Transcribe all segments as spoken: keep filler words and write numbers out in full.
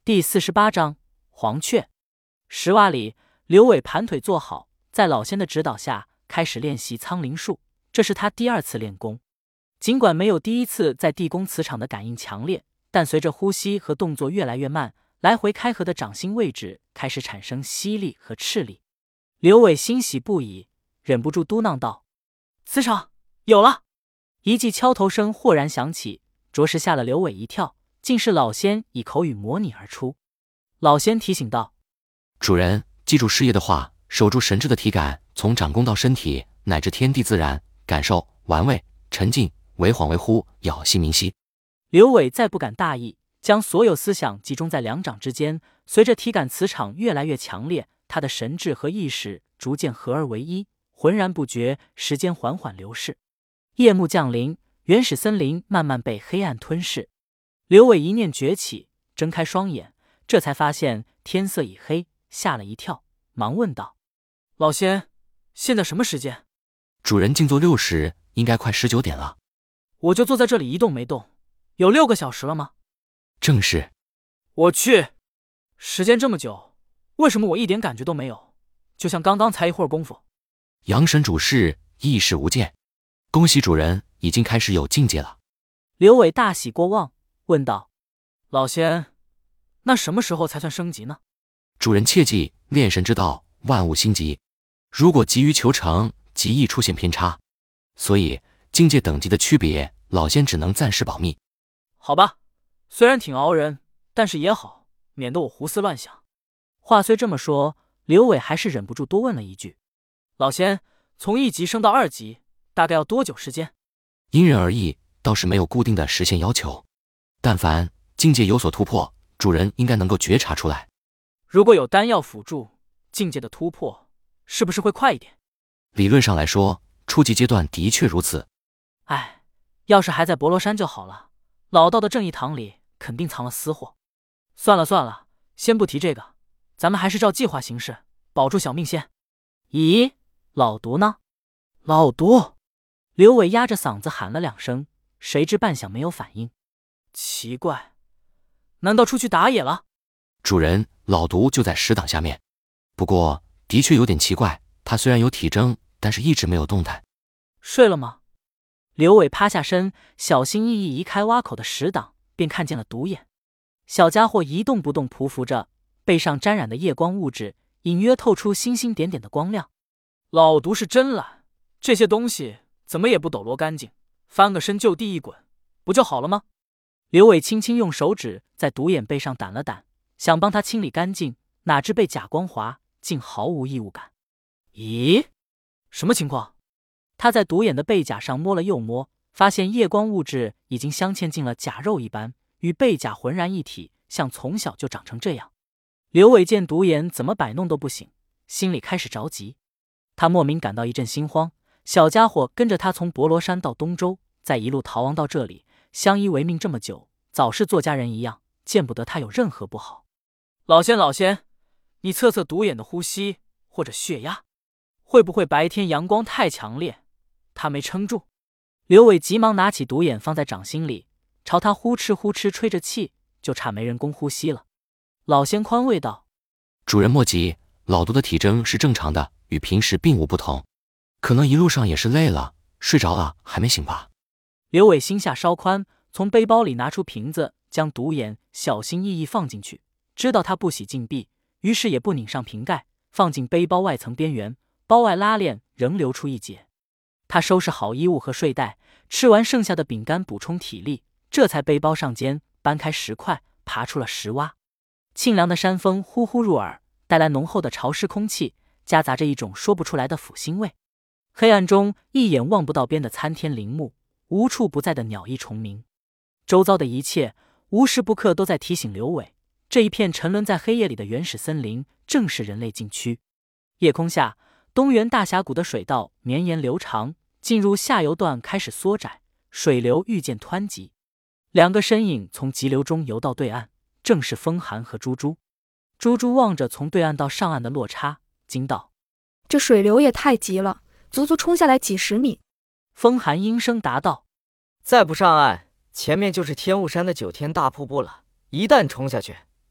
第四十八章黄雀。石洼里，刘伟盘腿坐好，在老仙的指导下开始练习苍灵术。这是他第二次练功，尽管没有第一次在地宫磁场的感应强烈，但随着呼吸和动作越来越慢，来回开合的掌心位置开始产生吸力和斥力。刘伟欣喜不已，忍不住嘟囔道：“磁场有了！”一记敲头声豁然响起，着实吓了刘伟一跳，竟是老仙以口语模拟而出。老仙提醒道：“ 主人，记住师爷的话，守住神智的体感，从掌功到身体，乃至天地自然，感受、玩味、沉浸，为恍为惚，杳息明晰。” 刘伟再不敢大意，将所有思想集中在两掌之间，随着体感磁场越来越强烈，他的神智和意识逐渐合而为一，浑然不觉时间缓缓流逝。夜幕降临，原始森林慢慢被黑暗吞噬。刘伟一念崛起，睁开双眼，这才发现天色已黑，吓了一跳，忙问道：“老仙，现在什么时间？” 主人静坐六时，应该快十九点了。 我就坐在这里一动没动，有六个小时了吗？ 正是。 我去，时间这么久，为什么我一点感觉都没有？就像刚刚才一会儿功夫。 阳神主事，意识无间。恭喜主人，已经开始有境界了。 刘伟大喜过望，问道：“老仙，那什么时候才算升级呢？” 主人切记，炼神之道，万物心急，如果急于求成，极易出现偏差，所以境界等级的区别，老仙只能暂时保密。 好吧，虽然挺熬人，但是也好，免得我胡思乱想。话虽这么说，刘伟还是忍不住多问了一句：“老仙，从一级升到二级，大概要多久时间？” 因人而异，倒是没有固定的时限要求，但凡境界有所突破，主人应该能够觉察出来。 如果有丹药辅助，境界的突破是不是会快一点？ 理论上来说，初级阶段的确如此。 哎，要是还在博罗山就好了，老道的正义堂里肯定藏了私货。算了算了，先不提这个，咱们还是照计划行事，保住小命先。咦，老毒呢？老毒！刘伟压着嗓子喊了两声，谁知半晌没有反应。奇怪，难道出去打野了？ 主人，老毒就在石档下面。不过的确有点奇怪，他虽然有体征，但是一直没有动弹。 睡了吗？刘伟趴下身，小心翼翼移开挖口的石档，便看见了独眼。小家伙一动不动匍匐着，背上沾染的夜光物质隐约透出星星点点的光亮。老毒是真懒，这些东西怎么也不抖落干净，翻个身就地一滚，不就好了吗？刘伟轻轻用手指在独眼背上掸了掸，想帮他清理干净，哪知被甲光滑，竟毫无异物感。咦，什么情况？他在独眼的背甲上摸了又摸，发现夜光物质已经镶嵌进了甲肉一般，与背甲浑然一体，像从小就长成这样。刘伟见独眼怎么摆弄都不行，心里开始着急。他莫名感到一阵心慌，小家伙跟着他从博罗山到东周，再一路逃亡到这里，相依为命这么久，早是做家人一样，见不得他有任何不好。老仙老仙，你测测独眼的呼吸或者血压，会不会白天阳光太强烈，他没撑住？刘伟急忙拿起独眼放在掌心里，朝他呼哧呼哧吹着气，就差没人工呼吸了。老仙宽慰道：“ 主人莫急，老毒的体征是正常的，与平时并无不同，可能一路上也是累了，睡着了还没醒吧。” 刘伟心下稍宽，从背包里拿出瓶子，将独眼小心翼翼放进去，知道他不喜禁闭，于是也不拧上瓶盖，放进背包外层边缘，包外拉链仍留出一截。他收拾好衣物和睡袋，吃完剩下的饼干补充体力，这才背包上肩，搬开石块，爬出了石洼。沁凉的山风呼呼入耳，带来浓厚的潮湿空气，夹杂着一种说不出来的腐腥味。黑暗中一眼望不到边的参天林木，无处不在的鸟翼虫鸣，周遭的一切无时不刻都在提醒刘伟，这一片沉沦在黑夜里的原始森林正是人类禁区。夜空下，东源大峡谷的水道绵延流长，进入下游段开始缩窄，水流愈见湍急。两个身影从急流中游到对岸，正是风寒和猪猪。猪猪望着从对岸到上岸的落差，惊道：“ 这水流也太急了，足足冲下来几十米。” 风寒应声答道：“ 再不上岸，前面就是天雾山的九天大瀑布了，一旦冲下去，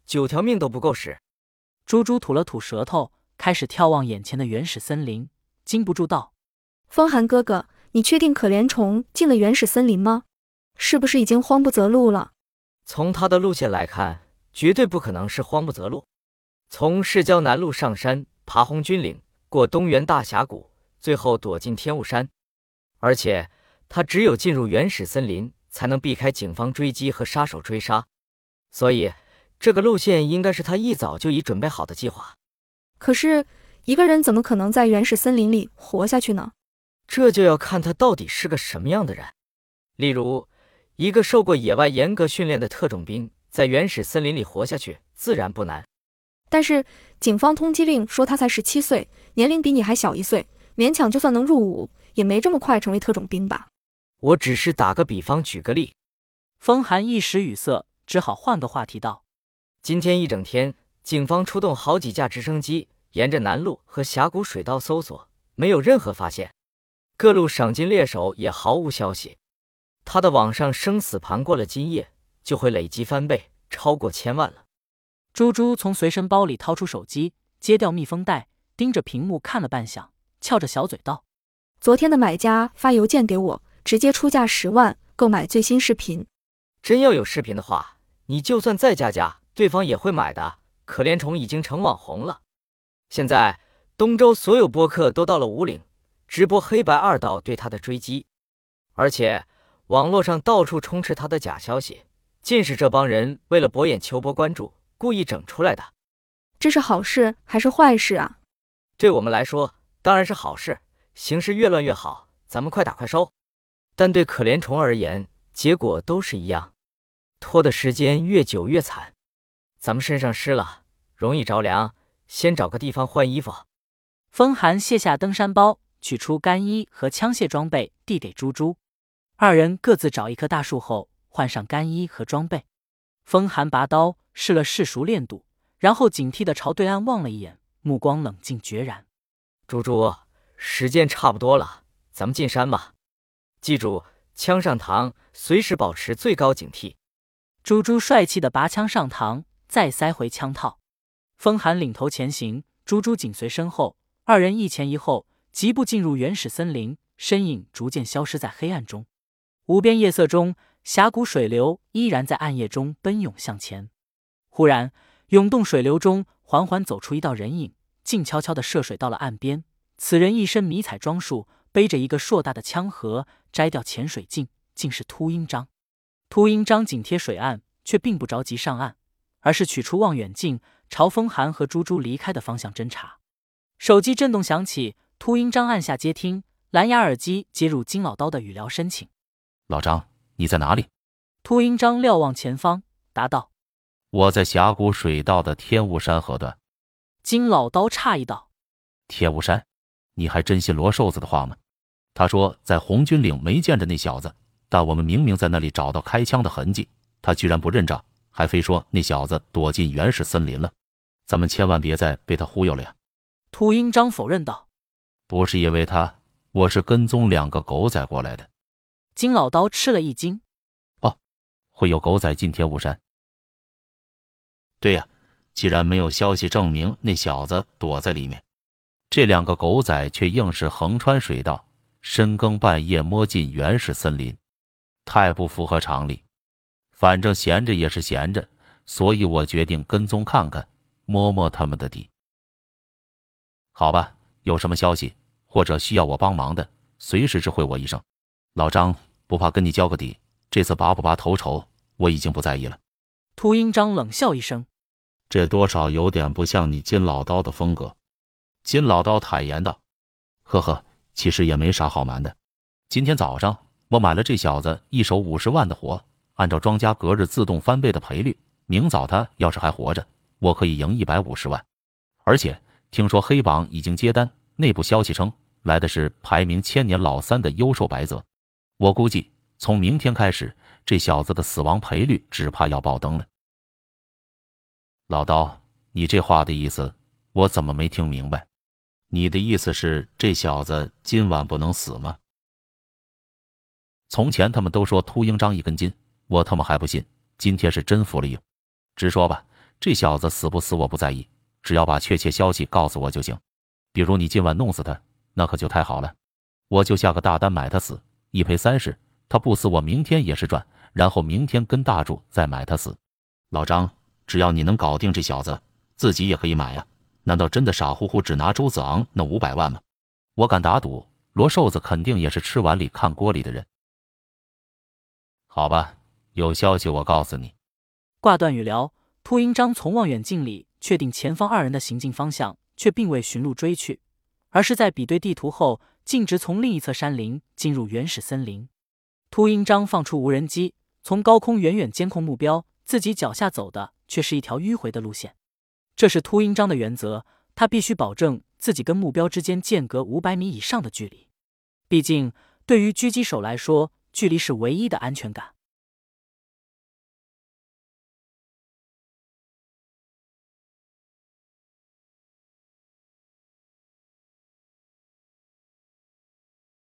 九条命都不够使。 猪猪吐了吐舌头，开始眺望眼前的原始森林，禁不住道： 风寒哥哥，你确定可怜虫进了原始森林吗？是不是已经慌不择路了？ 从他的路线来看，绝对不可能是慌不择路。从市郊南路上山，爬红军岭，过东源大峡谷，最后躲进天雾山。而且他只有进入原始森林，才能避开警方追击和杀手追杀。所以这个路线应该是他一早就已准备好的计划。 可是一个人怎么可能在原始森林里活下去呢？ 这就要看他到底是个什么样的人。例如，一个受过野外严格训练的特种兵，在原始森林里活下去自然不难。 但是警方通缉令说他才十七岁，年龄比你还小一岁，勉强就算能入伍，也没这么快成为特种兵吧？ 我只是打个比方，举个例。 风寒一时语塞，只好换个话题道： 今天一整天，警方出动好几架直升机，沿着南路和峡谷水道搜索，没有任何发现。各路赏金猎手也毫无消息。他的网上生死盘过了今夜，就会累积翻倍，超过千万了。 猪猪从随身包里掏出手机，揭掉密封袋，盯着屏幕看了半晌，翘着小嘴道： 昨天的买家发邮件给我，直接出价十万购买最新视频。 真要有视频的话，你就算再加价，对方也会买的。可怜虫已经成网红了。现在东周所有播客都到了五岭，直播黑白二道对他的追击，而且网络上到处充斥他的假消息，尽是这帮人为了博眼球博关注故意整出来的。 这是好事还是坏事啊？ 对我们来说当然是好事，形势越乱越好，咱们快打快收。但对可怜虫而言，结果都是一样，拖的时间越久越惨。咱们身上湿了，容易着凉，先找个地方换衣服。 风寒卸下登山包，取出干衣和枪械装备，递给猪猪。二人各自找一棵大树后，换上干衣和装备。风寒拔刀试了试熟练度，然后警惕地朝对岸望了一眼，目光冷静决然。 猪猪，时间差不多了，咱们进山吧。记住，枪上膛，随时保持最高警惕。 猪猪帅气地拔枪上膛，再塞回枪套。风寒领头前行，猪猪紧随身后，二人一前一后，疾步进入原始森林，身影逐渐消失在黑暗中。无边夜色中，峡谷水流依然在暗夜中奔涌向前。忽然，涌动水流中缓缓走出一道人影，静悄悄地涉水到了岸边。此人一身迷彩装束，背着一个硕大的枪盒，摘掉潜水镜，竟是秃鹰章。秃鹰章紧贴水岸，却并不着急上岸，而是取出望远镜，朝风寒和猪猪离开的方向侦查。手机震动响起，秃鹰章按下接听，蓝牙耳机接入金老刀的语聊申请。 老张，你在哪里？ 秃鹰章瞭望前方，答道： 我在峡谷水道的天雾山河段。 金老刀诧异道： 天雾山？你还真信罗瘦子的话吗？他说在红军岭没见着那小子，但我们明明在那里找到开枪的痕迹，他居然不认账，还非说那小子躲进原始森林了。咱们千万别再被他忽悠了呀。 秃鹰章否认道： 不是因为他，我是跟踪两个狗仔过来的。 金老刀吃了一惊： 哦，会有狗仔进天雾山？对呀，既然没有消息证明那小子躲在里面，这两个狗仔却硬是横穿水道，深更半夜摸进原始森林，太不符合常理。反正闲着也是闲着，所以我决定跟踪看看，摸摸他们的底。好吧，有什么消息或者需要我帮忙的，随时知会我一声。老张，不怕跟你交个底，这次拔不拔头筹我已经不在意了。 秃鹰章冷笑一声： 这多少有点不像你金老刀的风格。金老刀坦言道：呵呵，其实也没啥好瞒的。今天早上我买了这小子一手五十万的活，按照庄家隔日自动翻倍的赔率，明早他要是还活着，我可以赢一百五十万。而且听说黑榜已经接单，内部消息称来的是排名千年老三的优瘦白泽。我估计从明天开始，这小子的死亡赔率只怕要爆灯了。老刀，你这话的意思我怎么没听明白？你的意思是这小子今晚不能死吗？从前他们都说秃鹰章一根筋，我他妈还不信，今天是真服了硬。直说吧， 这小子死不死我不在意，只要把确切消息告诉我就行。比如你今晚弄死他，那可就太好了，我就下个大单买他死，一赔三十，他不死我明天也是赚，然后明天跟大柱再买他死。老张，只要你能搞定这小子，自己也可以买呀。难道真的傻乎乎只拿周子昂那五百万吗？我敢打赌，罗瘦子肯定也是吃碗里看锅里的人。好吧，有消息我告诉你。 挂断语聊，秃鹰章从望远镜里确定前方二人的行进方向，却并未寻路追去，而是在比对地图后，径直从另一侧山林进入原始森林。秃鹰章放出无人机，从高空远远监控目标，自己脚下走的却是一条迂回的路线。这是秃鹰章的原则，他必须保证自己跟目标之间间隔五百米以上的距离。毕竟，对于狙击手来说，距离是唯一的安全感。